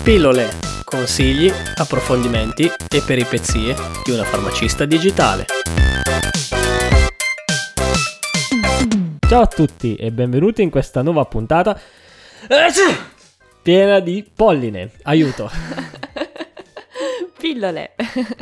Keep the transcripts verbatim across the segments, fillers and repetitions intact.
Pillole, consigli, approfondimenti e peripezie di una farmacista digitale. Ciao a tutti e benvenuti in questa nuova puntata piena di polline. Aiuto! Pillole.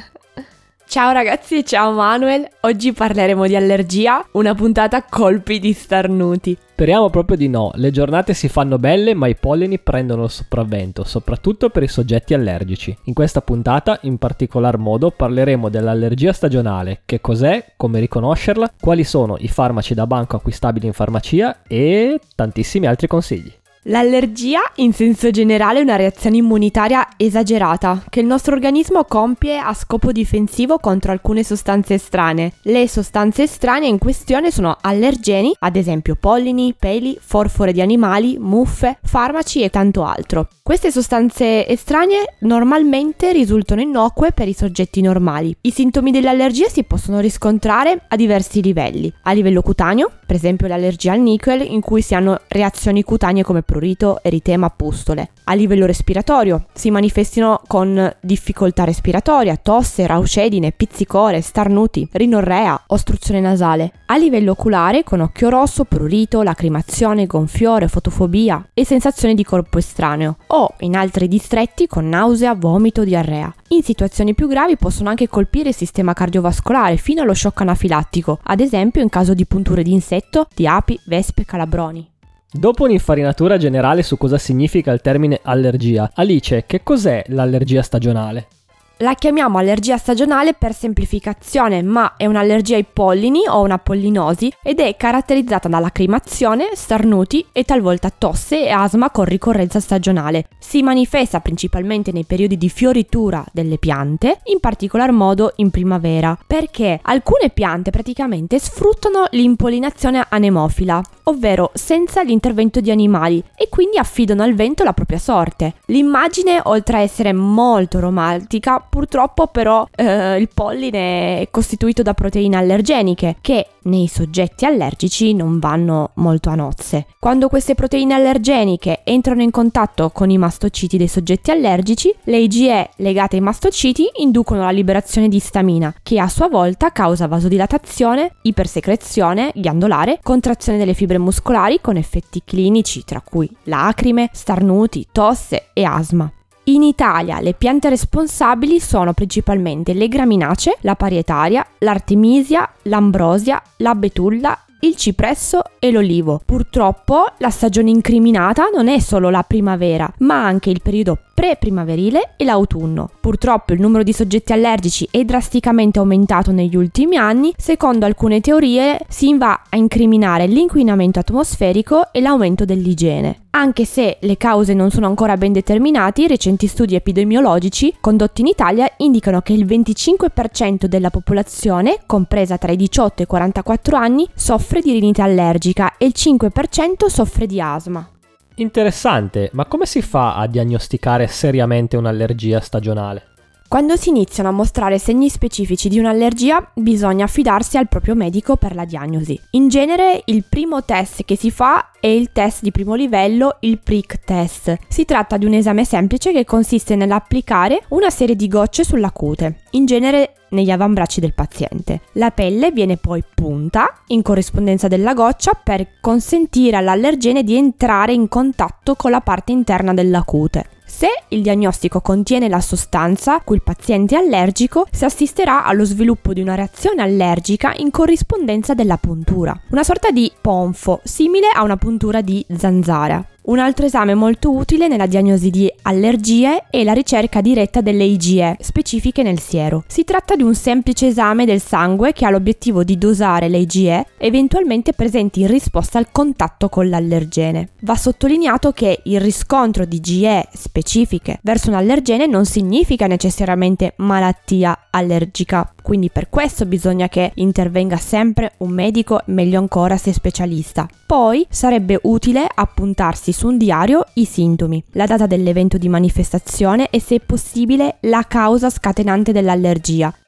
Ciao ragazzi e ciao Manuel, oggi parleremo di allergia, una puntata a colpi di starnuti. Speriamo proprio di no, le giornate si fanno belle ma i pollini prendono il sopravvento, soprattutto per i soggetti allergici. In questa puntata, in particolar modo, parleremo dell'allergia stagionale, che cos'è, come riconoscerla, quali sono i farmaci da banco acquistabili in farmacia e tantissimi altri consigli. L'allergia, in senso generale, è una reazione immunitaria esagerata che il nostro organismo compie a scopo difensivo contro alcune sostanze estranee. Le sostanze estranee in questione sono allergeni, ad esempio pollini, peli, forfore di animali, muffe, farmaci e tanto altro. Queste sostanze estranee normalmente risultano innocue per i soggetti normali. I sintomi dell'allergia si possono riscontrare a diversi livelli. A livello cutaneo, per esempio l'allergia al nichel, in cui si hanno reazioni cutanee come prurito, eritema, pustole. A livello respiratorio si manifestano con difficoltà respiratoria, tosse, raucedine, pizzicore, starnuti, rinorrea, ostruzione nasale. A livello oculare con occhio rosso, prurito, lacrimazione, gonfiore, fotofobia e sensazione di corpo estraneo. O in altri distretti con nausea, vomito, diarrea. In situazioni più gravi possono anche colpire il sistema cardiovascolare fino allo shock anafilattico, ad esempio in caso di punture di insetto, di api, vespe, calabroni. Dopo un'infarinatura generale su cosa significa il termine allergia, Alice, che cos'è l'allergia stagionale? La chiamiamo allergia stagionale per semplificazione, ma è un'allergia ai pollini o una pollinosi ed è caratterizzata da lacrimazione, starnuti e talvolta tosse e asma con ricorrenza stagionale. Si manifesta principalmente nei periodi di fioritura delle piante, in particolar modo in primavera, perché alcune piante praticamente sfruttano l'impollinazione anemofila, ovvero senza l'intervento di animali, e quindi affidano al vento la propria sorte. L'immagine, oltre a essere molto romantica, purtroppo però eh, il polline è costituito da proteine allergeniche che nei soggetti allergici non vanno molto a nozze. Quando queste proteine allergeniche entrano in contatto con i mastociti dei soggetti allergici, le I G E legate ai mastociti inducono la liberazione di istamina, che a sua volta causa vasodilatazione, ipersecrezione ghiandolare, contrazione delle fibre muscolari con effetti clinici tra cui lacrime, starnuti, tosse e asma. In Italia le piante responsabili sono principalmente le graminacee, la parietaria, l'artemisia, l'ambrosia, la betulla, il cipresso e l'olivo. Purtroppo la stagione incriminata non è solo la primavera, ma anche il periodo pre-primaverile e l'autunno. Purtroppo il numero di soggetti allergici è drasticamente aumentato negli ultimi anni. Secondo alcune teorie si va a incriminare l'inquinamento atmosferico e l'aumento dell'igiene. Anche se le cause non sono ancora ben determinate, i recenti studi epidemiologici condotti in Italia indicano che il venticinque per cento della popolazione, compresa tra i diciotto e i quarantaquattro anni, soffre di rinite allergica e il cinque per cento soffre di asma. Interessante, ma come si fa a diagnosticare seriamente un'allergia stagionale? Quando si iniziano a mostrare segni specifici di un'allergia, bisogna affidarsi al proprio medico per la diagnosi. In genere, il primo test che si fa è il test di primo livello, il prick test. Si tratta di un esame semplice che consiste nell'applicare una serie di gocce sulla cute, in genere negli avambracci del paziente. La pelle viene poi punta in corrispondenza della goccia per consentire all'allergene di entrare in contatto con la parte interna della cute. Se il diagnostico contiene la sostanza a cui il paziente è allergico, si assisterà allo sviluppo di una reazione allergica in corrispondenza della puntura, una sorta di ponfo simile a una puntura di zanzara. Un altro esame molto utile nella diagnosi di allergie è la ricerca diretta delle I G E specifiche nel siero. Si tratta di un semplice esame del sangue che ha l'obiettivo di dosare le I G E eventualmente presenti in risposta al contatto con l'allergene. Va sottolineato che il riscontro di I G E specifiche verso un allergene non significa necessariamente malattia allergica, quindi per questo bisogna che intervenga sempre un medico, meglio ancora se specialista. Poi sarebbe utile appuntarsi su un diario i sintomi, la data dell'evento di manifestazione e, se possibile, la causa scatenante dell'allergia.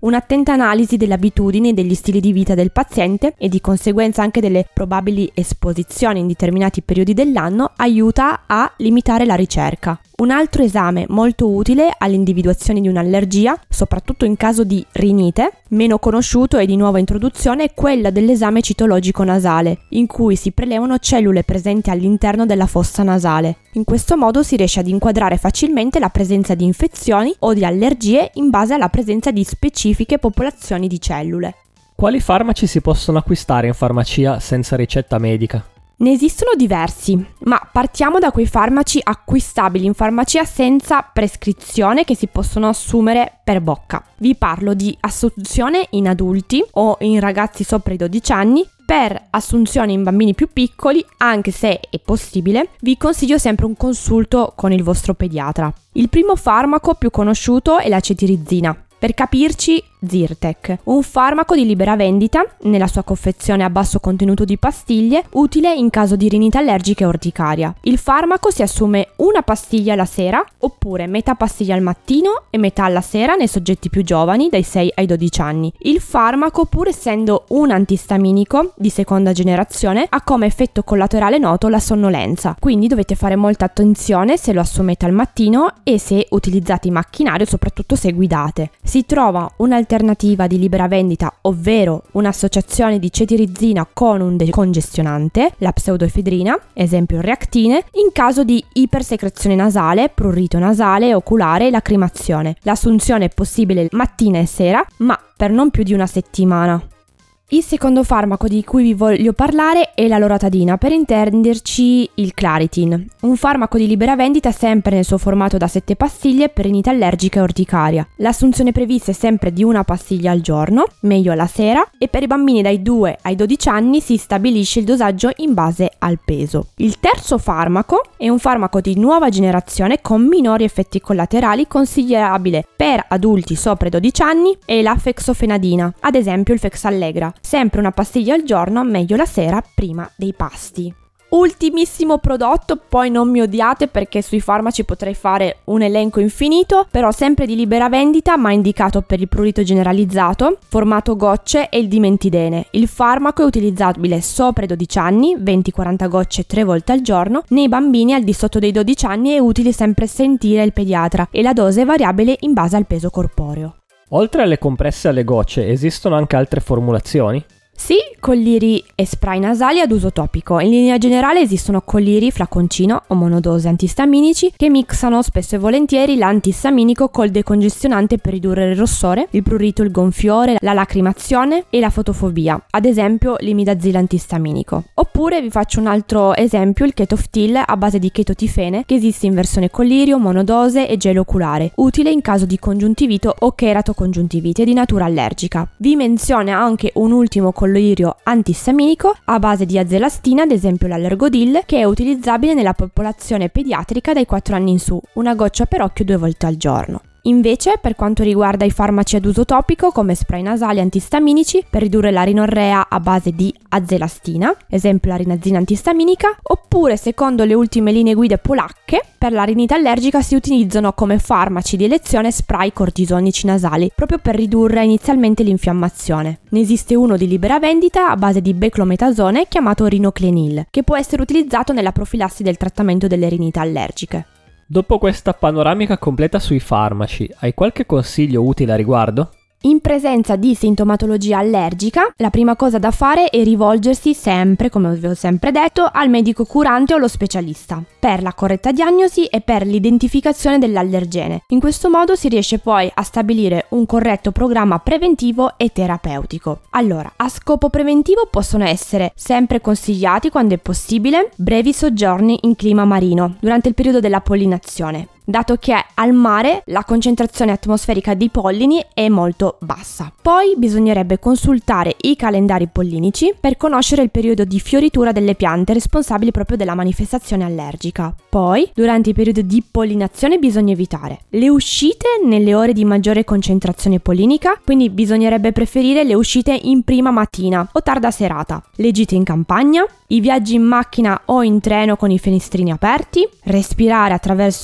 Un'attenta analisi delle abitudini e degli stili di vita del paziente e di conseguenza anche delle probabili esposizioni in determinati periodi dell'anno aiuta a limitare la ricerca. Un altro esame molto utile all'individuazione di un'allergia, soprattutto in caso di rinite, meno conosciuto e di nuova introduzione, è quella dell'esame citologico nasale, in cui si prelevano cellule presenti all'interno della fossa nasale. In questo modo si riesce ad inquadrare facilmente la presenza di infezioni o di allergie in base alla presenza di specifiche popolazioni di cellule. Quali farmaci si possono acquistare in farmacia senza ricetta medica? Ne esistono diversi, ma partiamo da quei farmaci acquistabili in farmacia senza prescrizione che si possono assumere per bocca. Vi parlo di assunzione in adulti o in ragazzi sopra i dodici anni. Per assunzione in bambini più piccoli, anche se è possibile, vi consiglio sempre un consulto con il vostro pediatra. Il primo farmaco più conosciuto è la cetirizina. Per capirci, Zyrtec, un farmaco di libera vendita, nella sua confezione a basso contenuto di pastiglie, utile in caso di rinite allergica e urticaria. Il farmaco si assume una pastiglia alla sera, oppure metà pastiglia al mattino e metà alla sera nei soggetti più giovani, dai sei ai dodici anni. Il farmaco, pur essendo un antistaminico di seconda generazione, ha come effetto collaterale noto la sonnolenza, quindi dovete fare molta attenzione se lo assumete al mattino e se utilizzate in macchinario, soprattutto se guidate. Si trova un'alternativa alternativa di libera vendita, ovvero un'associazione di cetirizina con un decongestionante, la pseudoefedrina, esempio Reactine, in caso di ipersecrezione nasale, prurito nasale, oculare e lacrimazione. L'assunzione è possibile mattina e sera, ma per non più di una settimana. Il secondo farmaco di cui vi voglio parlare è la loratadina, per intenderci il Claritin, un farmaco di libera vendita sempre nel suo formato da sette pastiglie per rinite allergica e urticaria. L'assunzione prevista è sempre di una pastiglia al giorno, meglio alla sera, e per i bambini dai due ai dodici anni si stabilisce il dosaggio in base al peso. Il terzo farmaco è un farmaco di nuova generazione con minori effetti collaterali, consigliabile per adulti sopra i dodici anni, è la fexofenadina, ad esempio il Fexallegra. Sempre una pastiglia al giorno, meglio la sera, prima dei pasti. Ultimissimo prodotto, poi non mi odiate perché sui farmaci potrei fare un elenco infinito, però sempre di libera vendita ma indicato per il prurito generalizzato, formato gocce e il dimentidene. Il farmaco è utilizzabile sopra i dodici anni, venti quaranta gocce tre volte al giorno, nei bambini al di sotto dei dodici anni è utile sempre sentire il pediatra e la dose è variabile in base al peso corporeo. Oltre alle compresse e alle gocce, esistono anche altre formulazioni? Sì, colliri e spray nasali ad uso topico. In linea generale esistono colliri, flaconcino o monodose antistaminici che mixano spesso e volentieri l'antistaminico col decongestionante per ridurre il rossore, il prurito, il gonfiore, la lacrimazione e la fotofobia, ad esempio l'imidazil antistaminico. Oppure vi faccio un altro esempio, il Ketoftil a base di chetotifene che esiste in versione collirio, monodose e gelo oculare, utile in caso di congiuntivite o keratocongiuntivite di natura allergica. Vi menziono anche un ultimo collirio antistaminico a base di azelastina, ad esempio l'Allergodil, che è utilizzabile nella popolazione pediatrica dai quattro anni in su, una goccia per occhio due volte al giorno. Invece, per quanto riguarda i farmaci ad uso topico come spray nasali antistaminici per ridurre la rinorrea a base di azelastina, esempio la rinazina antistaminica, oppure secondo le ultime linee guida polacche, per la rinite allergica si utilizzano come farmaci di elezione spray cortisonici nasali, proprio per ridurre inizialmente l'infiammazione. Ne esiste uno di libera vendita a base di beclometasone chiamato Rinoclenil, che può essere utilizzato nella profilassi del trattamento delle rinite allergiche. Dopo questa panoramica completa sui farmaci, hai qualche consiglio utile a riguardo? In presenza di sintomatologia allergica, la prima cosa da fare è rivolgersi sempre, come vi ho sempre detto, al medico curante o allo specialista, per la corretta diagnosi e per l'identificazione dell'allergene. In questo modo si riesce poi a stabilire un corretto programma preventivo e terapeutico. Allora, a scopo preventivo possono essere sempre consigliati, quando è possibile, brevi soggiorni in clima marino, durante il periodo della pollinazione, dato che al mare la concentrazione atmosferica di pollini è molto bassa. Poi bisognerebbe consultare i calendari pollinici per conoscere il periodo di fioritura delle piante responsabili proprio della manifestazione allergica. Poi, durante i periodi di pollinazione bisogna evitare le uscite nelle ore di maggiore concentrazione pollinica, quindi bisognerebbe preferire le uscite in prima mattina o tarda serata, le gite in campagna, i viaggi in macchina o in treno con i finestrini aperti, respirare attraverso il naso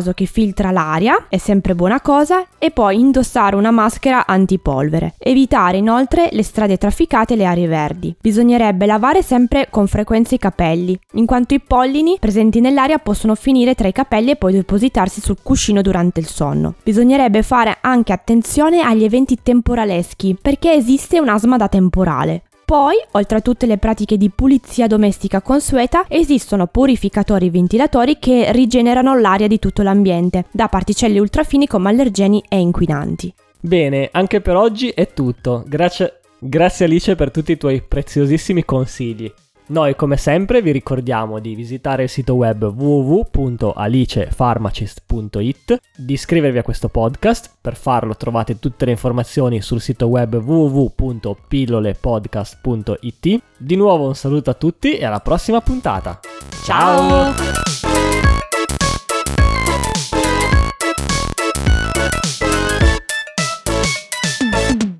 naso che filtra l'aria, è sempre buona cosa, e poi indossare una maschera antipolvere. Evitare inoltre le strade trafficate e le aree verdi. Bisognerebbe lavare sempre con frequenza i capelli, in quanto i pollini presenti nell'aria possono finire tra i capelli e poi depositarsi sul cuscino durante il sonno. Bisognerebbe fare anche attenzione agli eventi temporaleschi, perché esiste un'asma da temporale. Poi, oltre a tutte le pratiche di pulizia domestica consueta, esistono purificatori e ventilatori che rigenerano l'aria di tutto l'ambiente, da particelle ultrafini come allergeni e inquinanti. Bene, anche per oggi è tutto. Grazie, grazie Alice per tutti i tuoi preziosissimi consigli. Noi come sempre vi ricordiamo di visitare il sito web w w w punto alice pharmacist punto i t, di iscrivervi a questo podcast. Per farlo trovate tutte le informazioni sul sito web w w w punto pillolepodcast punto i t. Di nuovo un saluto a tutti e alla prossima puntata. Ciao!